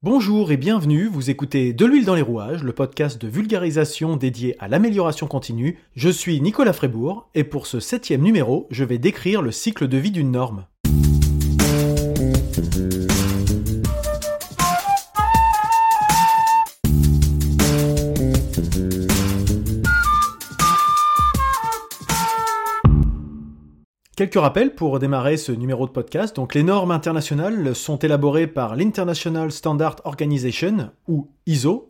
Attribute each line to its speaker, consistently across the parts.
Speaker 1: Bonjour et bienvenue, vous écoutez De l'huile dans les rouages, le podcast de vulgarisation dédié à l'amélioration continue. Je suis Nicolas Frébourg et pour ce 7e numéro, je vais décrire le cycle de vie d'une norme. Quelques rappels pour démarrer ce numéro de podcast. Donc, les normes internationales sont élaborées par l'International Standard Organization, ou ISO.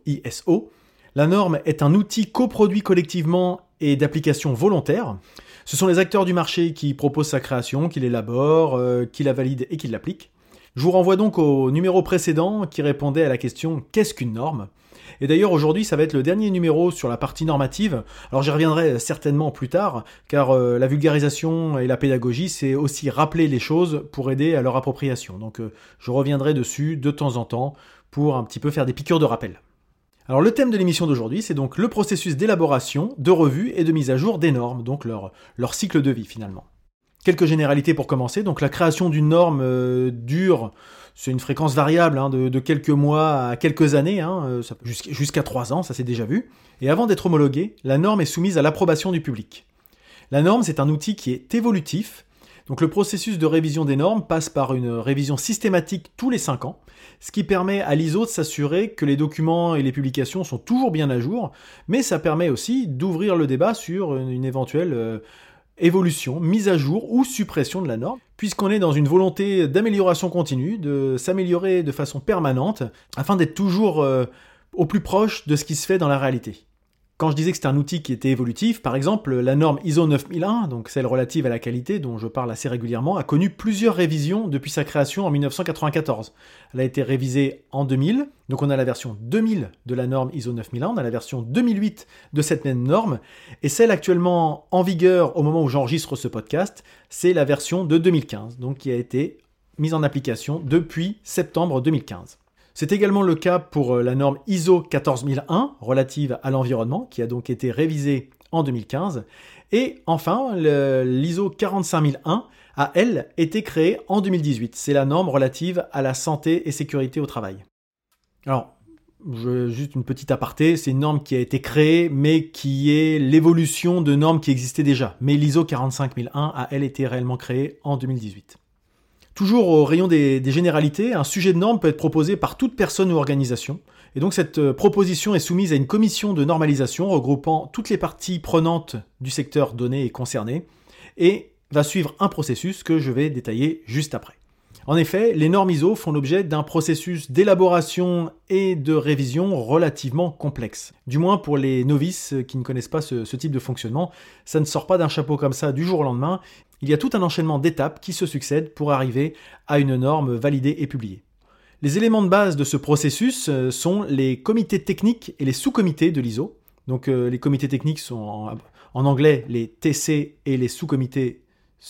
Speaker 1: La norme est un outil coproduit collectivement et d'application volontaire. Ce sont les acteurs du marché qui proposent sa création, qui l'élaborent, qui la valident et qui l'appliquent. Je vous renvoie donc au numéro précédent qui répondait à la question « Qu'est-ce qu'une norme ?» Et d'ailleurs, aujourd'hui, ça va être le dernier numéro sur la partie normative. Alors, j'y reviendrai certainement plus tard, car la vulgarisation et la pédagogie, c'est aussi rappeler les choses pour aider à leur appropriation. Donc, je reviendrai dessus de temps en temps pour un petit peu faire des piqûres de rappel. Alors, le thème de l'émission d'aujourd'hui, c'est donc le processus d'élaboration, de revue et de mise à jour des normes, donc leur cycle de vie finalement. Quelques généralités pour commencer. Donc, la création d'une norme dure... C'est une fréquence variable de quelques mois à quelques années, jusqu'à 3 ans, ça s'est déjà vu. Et avant d'être homologuée, la norme est soumise à l'approbation du public. La norme, c'est un outil qui est évolutif. Donc le processus de révision des normes passe par une révision systématique tous les 5 ans, ce qui permet à l'ISO de s'assurer que les documents et les publications sont toujours bien à jour, mais ça permet aussi d'ouvrir le débat sur une éventuelle... évolution, mise à jour ou suppression de la norme, puisqu'on est dans une volonté d'amélioration continue, de s'améliorer de façon permanente, afin d'être toujours au plus proche de ce qui se fait dans la réalité. Quand je disais que c'était un outil qui était évolutif, par exemple, la norme ISO 9001, donc celle relative à la qualité dont je parle assez régulièrement, a connu plusieurs révisions depuis sa création en 1994. Elle a été révisée en 2000, donc on a la version 2000 de la norme ISO 9001, on a la version 2008 de cette même norme, et celle actuellement en vigueur au moment où j'enregistre ce podcast, c'est la version de 2015, donc qui a été mise en application depuis septembre 2015. C'est également le cas pour la norme ISO 14001 relative à l'environnement, qui a donc été révisée en 2015. Et enfin, l'ISO 45001 a, elle, été créée en 2018. C'est la norme relative à la santé et sécurité au travail. Alors, juste une petite aparté, c'est une norme qui a été créée, mais qui est l'évolution de normes qui existaient déjà. Mais l'ISO 45001 a, elle, été réellement créée en 2018. Toujours au rayon des généralités, un sujet de norme peut être proposé par toute personne ou organisation. Et donc cette proposition est soumise à une commission de normalisation regroupant toutes les parties prenantes du secteur donné et concerné et va suivre un processus que je vais détailler juste après. En effet, les normes ISO font l'objet d'un processus d'élaboration et de révision relativement complexe. Du moins pour les novices qui ne connaissent pas ce type de fonctionnement, ça ne sort pas d'un chapeau comme ça du jour au lendemain. Il y a tout un enchaînement d'étapes qui se succèdent pour arriver à une norme validée et publiée. Les éléments de base de ce processus sont les comités techniques et les sous-comités de l'ISO. Donc les comités techniques sont en anglais les TC et les sous-comités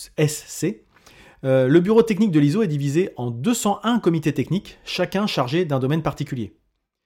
Speaker 1: SC. Le bureau technique de l'ISO est divisé en 201 comités techniques, chacun chargé d'un domaine particulier.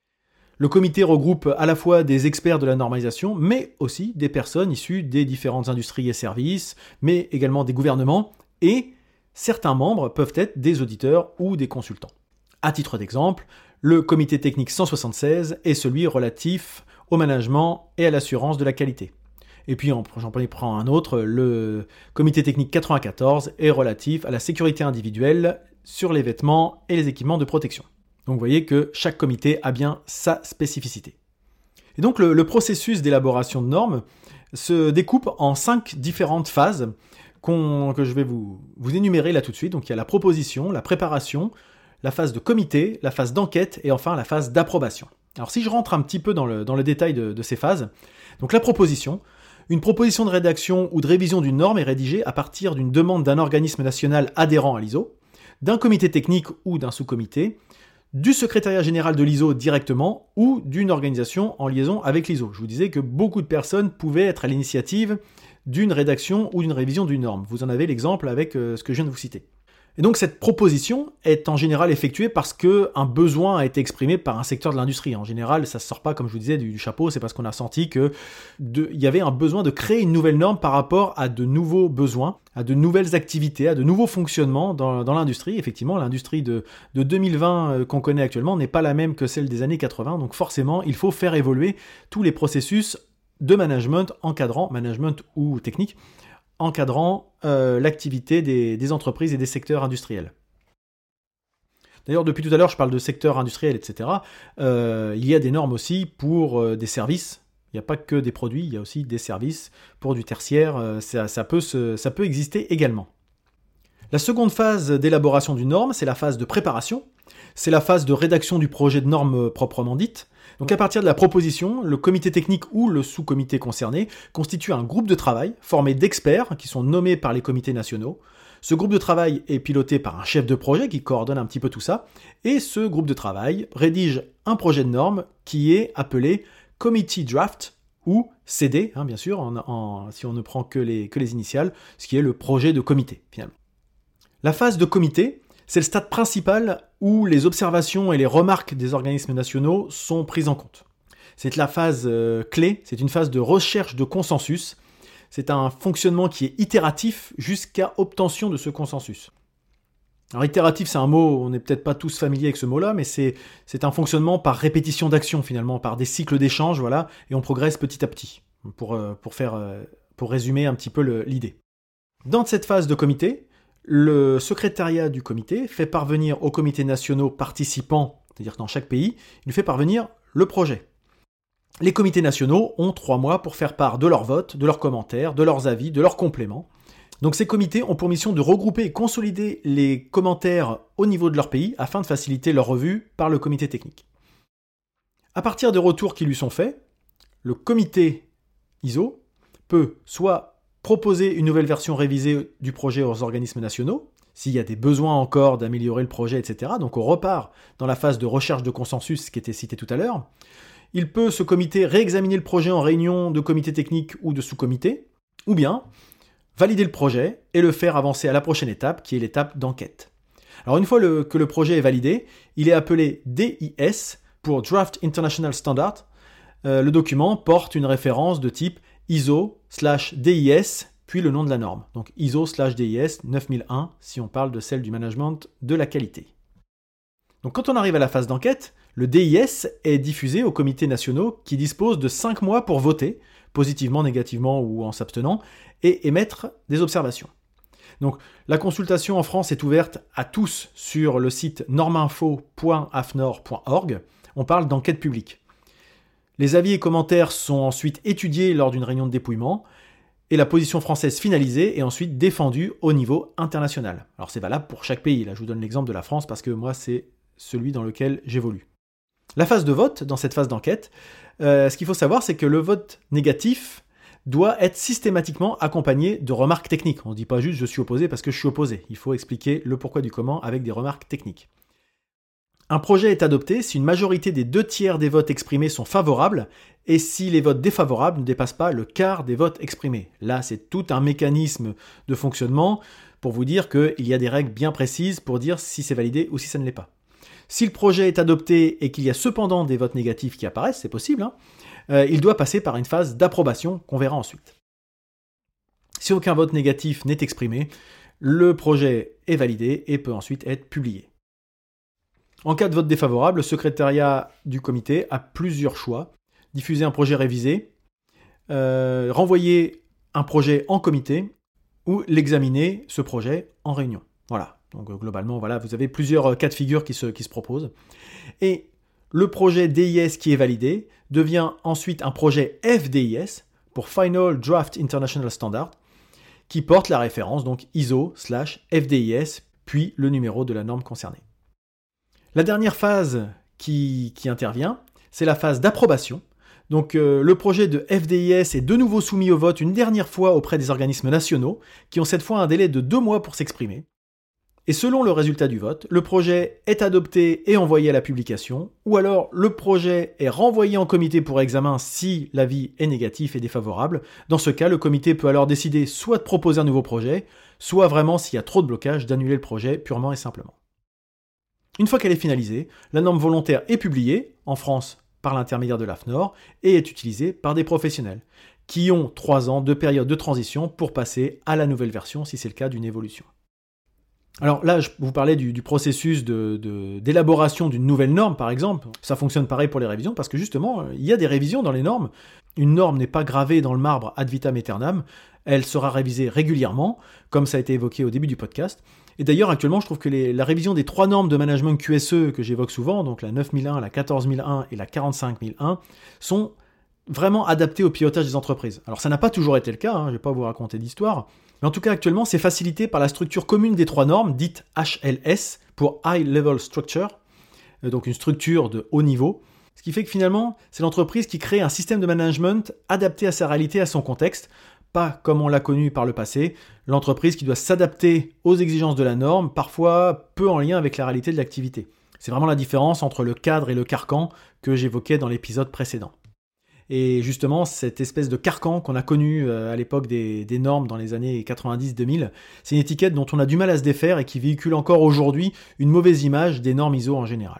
Speaker 1: Le comité regroupe à la fois des experts de la normalisation, mais aussi des personnes issues des différentes industries et services, mais également des gouvernements, et certains membres peuvent être des auditeurs ou des consultants. À titre d'exemple, le comité technique 176 est celui relatif au management et à l'assurance de la qualité. Et puis, j'en prends un autre, le comité technique 94 est relatif à la sécurité individuelle sur les vêtements et les équipements de protection. Donc vous voyez que chaque comité a bien sa spécificité. Et donc le processus d'élaboration de normes se découpe en 5 différentes phases que je vais vous énumérer là tout de suite. Donc il y a la proposition, la préparation, la phase de comité, la phase d'enquête et enfin la phase d'approbation. Alors si je rentre un petit peu dans le détail de ces phases, donc la proposition, une proposition de rédaction ou de révision d'une norme est rédigée à partir d'une demande d'un organisme national adhérent à l'ISO, d'un comité technique ou d'un sous-comité, du secrétariat général de l'ISO directement ou d'une organisation en liaison avec l'ISO. Je vous disais que beaucoup de personnes pouvaient être à l'initiative d'une rédaction ou d'une révision d'une norme. Vous en avez l'exemple avec ce que je viens de vous citer. Et donc cette proposition est en général effectuée parce qu'un besoin a été exprimé par un secteur de l'industrie. En général, ça ne sort pas, comme je vous disais, du chapeau, c'est parce qu'on a senti qu'il y avait un besoin de créer une nouvelle norme par rapport à de nouveaux besoins, à de nouvelles activités, à de nouveaux fonctionnements dans l'industrie. Effectivement, l'industrie de 2020 qu'on connaît actuellement n'est pas la même que celle des années 80, donc forcément, il faut faire évoluer tous les processus de management encadrant, management ou technique, encadrant l'activité des entreprises et des secteurs industriels. D'ailleurs, depuis tout à l'heure, je parle de secteur industriel, etc. Il y a des normes aussi pour des services. Il n'y a pas que des produits, il y a aussi des services pour du tertiaire. Ça peut exister également. La seconde phase d'élaboration d'une norme, c'est la phase de préparation. C'est la phase de rédaction du projet de norme proprement dite. Donc à partir de la proposition, le comité technique ou le sous-comité concerné constitue un groupe de travail formé d'experts qui sont nommés par les comités nationaux. Ce groupe de travail est piloté par un chef de projet qui coordonne un petit peu tout ça. Et ce groupe de travail rédige un projet de norme qui est appelé Committee Draft ou CD, bien sûr, si on ne prend que les initiales, ce qui est le projet de comité finalement. La phase de comité, c'est le stade principal où les observations et les remarques des organismes nationaux sont prises en compte. C'est la phase clé, c'est une phase de recherche de consensus. C'est un fonctionnement qui est itératif jusqu'à obtention de ce consensus. Alors itératif, c'est un mot, on n'est peut-être pas tous familiers avec ce mot-là, mais c'est un fonctionnement par répétition d'action finalement, par des cycles d'échange, voilà, et on progresse petit à petit, pour résumer un petit peu l'idée. Dans cette phase de comité, le secrétariat du comité fait parvenir aux comités nationaux participants, c'est-à-dire dans chaque pays, il fait parvenir le projet. Les comités nationaux ont 3 mois pour faire part de leurs votes, de leurs commentaires, de leurs avis, de leurs compléments. Donc ces comités ont pour mission de regrouper et consolider les commentaires au niveau de leur pays afin de faciliter leur revue par le comité technique. À partir des retours qui lui sont faits, le comité ISO peut soit proposer une nouvelle version révisée du projet aux organismes nationaux, s'il y a des besoins encore d'améliorer le projet, etc. Donc on repart dans la phase de recherche de consensus qui était citée tout à l'heure. Il peut, ce comité, réexaminer le projet en réunion de comité technique ou de sous-comité, ou bien valider le projet et le faire avancer à la prochaine étape, qui est l'étape d'enquête. Alors une fois que le projet est validé, il est appelé DIS pour Draft International Standard. Le document porte une référence de type ISO/DIS, puis le nom de la norme. Donc ISO/DIS 9001, si on parle de celle du management de la qualité. Donc quand on arrive à la phase d'enquête, le DIS est diffusé aux comités nationaux qui disposent de 5 mois pour voter, positivement, négativement ou en s'abstenant, et émettre des observations. Donc la consultation en France est ouverte à tous sur le site norminfo.afnor.org. On parle d'enquête publique. Les avis et commentaires sont ensuite étudiés lors d'une réunion de dépouillement et la position française finalisée est ensuite défendue au niveau international. Alors c'est valable pour chaque pays. Là, je vous donne l'exemple de la France parce que moi, c'est celui dans lequel j'évolue. La phase de vote, dans cette phase d'enquête, ce qu'il faut savoir, c'est que le vote négatif doit être systématiquement accompagné de remarques techniques. On ne dit pas juste « je suis opposé » parce que je suis opposé. Il faut expliquer le pourquoi du comment avec des remarques techniques. Un projet est adopté si une majorité des 2/3 des votes exprimés sont favorables et si les votes défavorables ne dépassent pas le quart des votes exprimés. Là, c'est tout un mécanisme de fonctionnement pour vous dire qu'il y a des règles bien précises pour dire si c'est validé ou si ça ne l'est pas. Si le projet est adopté et qu'il y a cependant des votes négatifs qui apparaissent, c'est possible, il doit passer par une phase d'approbation qu'on verra ensuite. Si aucun vote négatif n'est exprimé, le projet est validé et peut ensuite être publié. En cas de vote défavorable, le secrétariat du comité a plusieurs choix. Diffuser un projet révisé, renvoyer un projet en comité ou l'examiner, ce projet, en réunion. Voilà. Donc globalement, voilà, vous avez plusieurs cas de figure qui se proposent. Et le projet DIS qui est validé devient ensuite un projet FDIS, pour Final Draft International Standard, qui porte la référence donc ISO/FDIS, puis le numéro de la norme concernée. La dernière phase qui intervient, c'est la phase d'approbation. Donc le projet de FDIS est de nouveau soumis au vote une dernière fois auprès des organismes nationaux, qui ont cette fois un délai de 2 mois pour s'exprimer. Et selon le résultat du vote, le projet est adopté et envoyé à la publication, ou alors le projet est renvoyé en comité pour examen si l'avis est négatif et défavorable. Dans ce cas, le comité peut alors décider soit de proposer un nouveau projet, soit vraiment, s'il y a trop de blocage, d'annuler le projet purement et simplement. Une fois qu'elle est finalisée, la norme volontaire est publiée, en France par l'intermédiaire de l'AFNOR, et est utilisée par des professionnels, qui ont 3 ans de période de transition pour passer à la nouvelle version, si c'est le cas d'une évolution. Alors là, je vous parlais du processus d'élaboration d'une nouvelle norme, par exemple. Ça fonctionne pareil pour les révisions, parce que justement, il y a des révisions dans les normes. Une norme n'est pas gravée dans le marbre ad vitam aeternam, elle sera révisée régulièrement, comme ça a été évoqué au début du podcast. Et d'ailleurs, actuellement, je trouve que la révision des 3 normes de management QSE que j'évoque souvent, donc la 9001, la 14001 et la 45001, sont vraiment adaptées au pilotage des entreprises. Alors ça n'a pas toujours été le cas, je ne vais pas vous raconter d'histoire, mais en tout cas actuellement c'est facilité par la structure commune des 3 normes, dite HLS, pour High Level Structure, donc une structure de haut niveau, ce qui fait que finalement c'est l'entreprise qui crée un système de management adapté à sa réalité, à son contexte, pas comme on l'a connu par le passé, l'entreprise qui doit s'adapter aux exigences de la norme, parfois peu en lien avec la réalité de l'activité. C'est vraiment la différence entre le cadre et le carcan que j'évoquais dans l'épisode précédent. Et justement, cette espèce de carcan qu'on a connu à l'époque des normes dans les années 90-2000, c'est une étiquette dont on a du mal à se défaire et qui véhicule encore aujourd'hui une mauvaise image des normes ISO en général.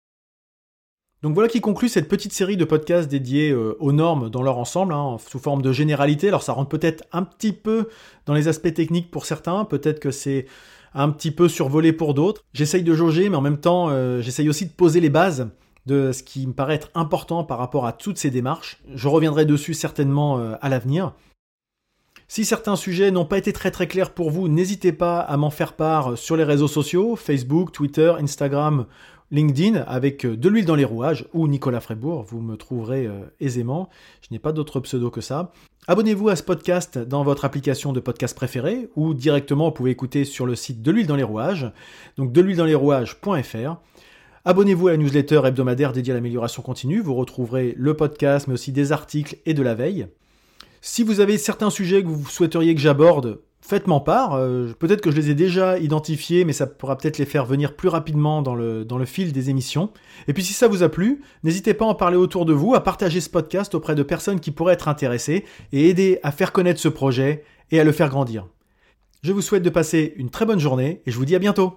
Speaker 1: Donc voilà qui conclut cette petite série de podcasts dédiés aux normes dans leur ensemble, sous forme de généralité. Alors ça rentre peut-être un petit peu dans les aspects techniques pour certains, peut-être que c'est un petit peu survolé pour d'autres. J'essaye de jauger, mais en même temps, j'essaye aussi de poser les bases de ce qui me paraît être important par rapport à toutes ces démarches. Je reviendrai dessus certainement à l'avenir. Si certains sujets n'ont pas été très très clairs pour vous, n'hésitez pas à m'en faire part sur les réseaux sociaux, Facebook, Twitter, Instagram, LinkedIn, avec De l'huile dans les rouages, ou Nicolas Frébourg, vous me trouverez aisément. Je n'ai pas d'autre pseudo que ça. Abonnez-vous à ce podcast dans votre application de podcast préférée, ou directement vous pouvez écouter sur le site De l'huile dans les rouages, donc deluiledanslesrouages.fr. Abonnez-vous à la newsletter hebdomadaire dédiée à l'amélioration continue, vous retrouverez le podcast, mais aussi des articles et de la veille. Si vous avez certains sujets que vous souhaiteriez que j'aborde, faites-m'en part. Peut-être que je les ai déjà identifiés, mais ça pourra peut-être les faire venir plus rapidement dans le fil des émissions. Et puis si ça vous a plu, n'hésitez pas à en parler autour de vous, à partager ce podcast auprès de personnes qui pourraient être intéressées et aider à faire connaître ce projet et à le faire grandir. Je vous souhaite de passer une très bonne journée et je vous dis à bientôt.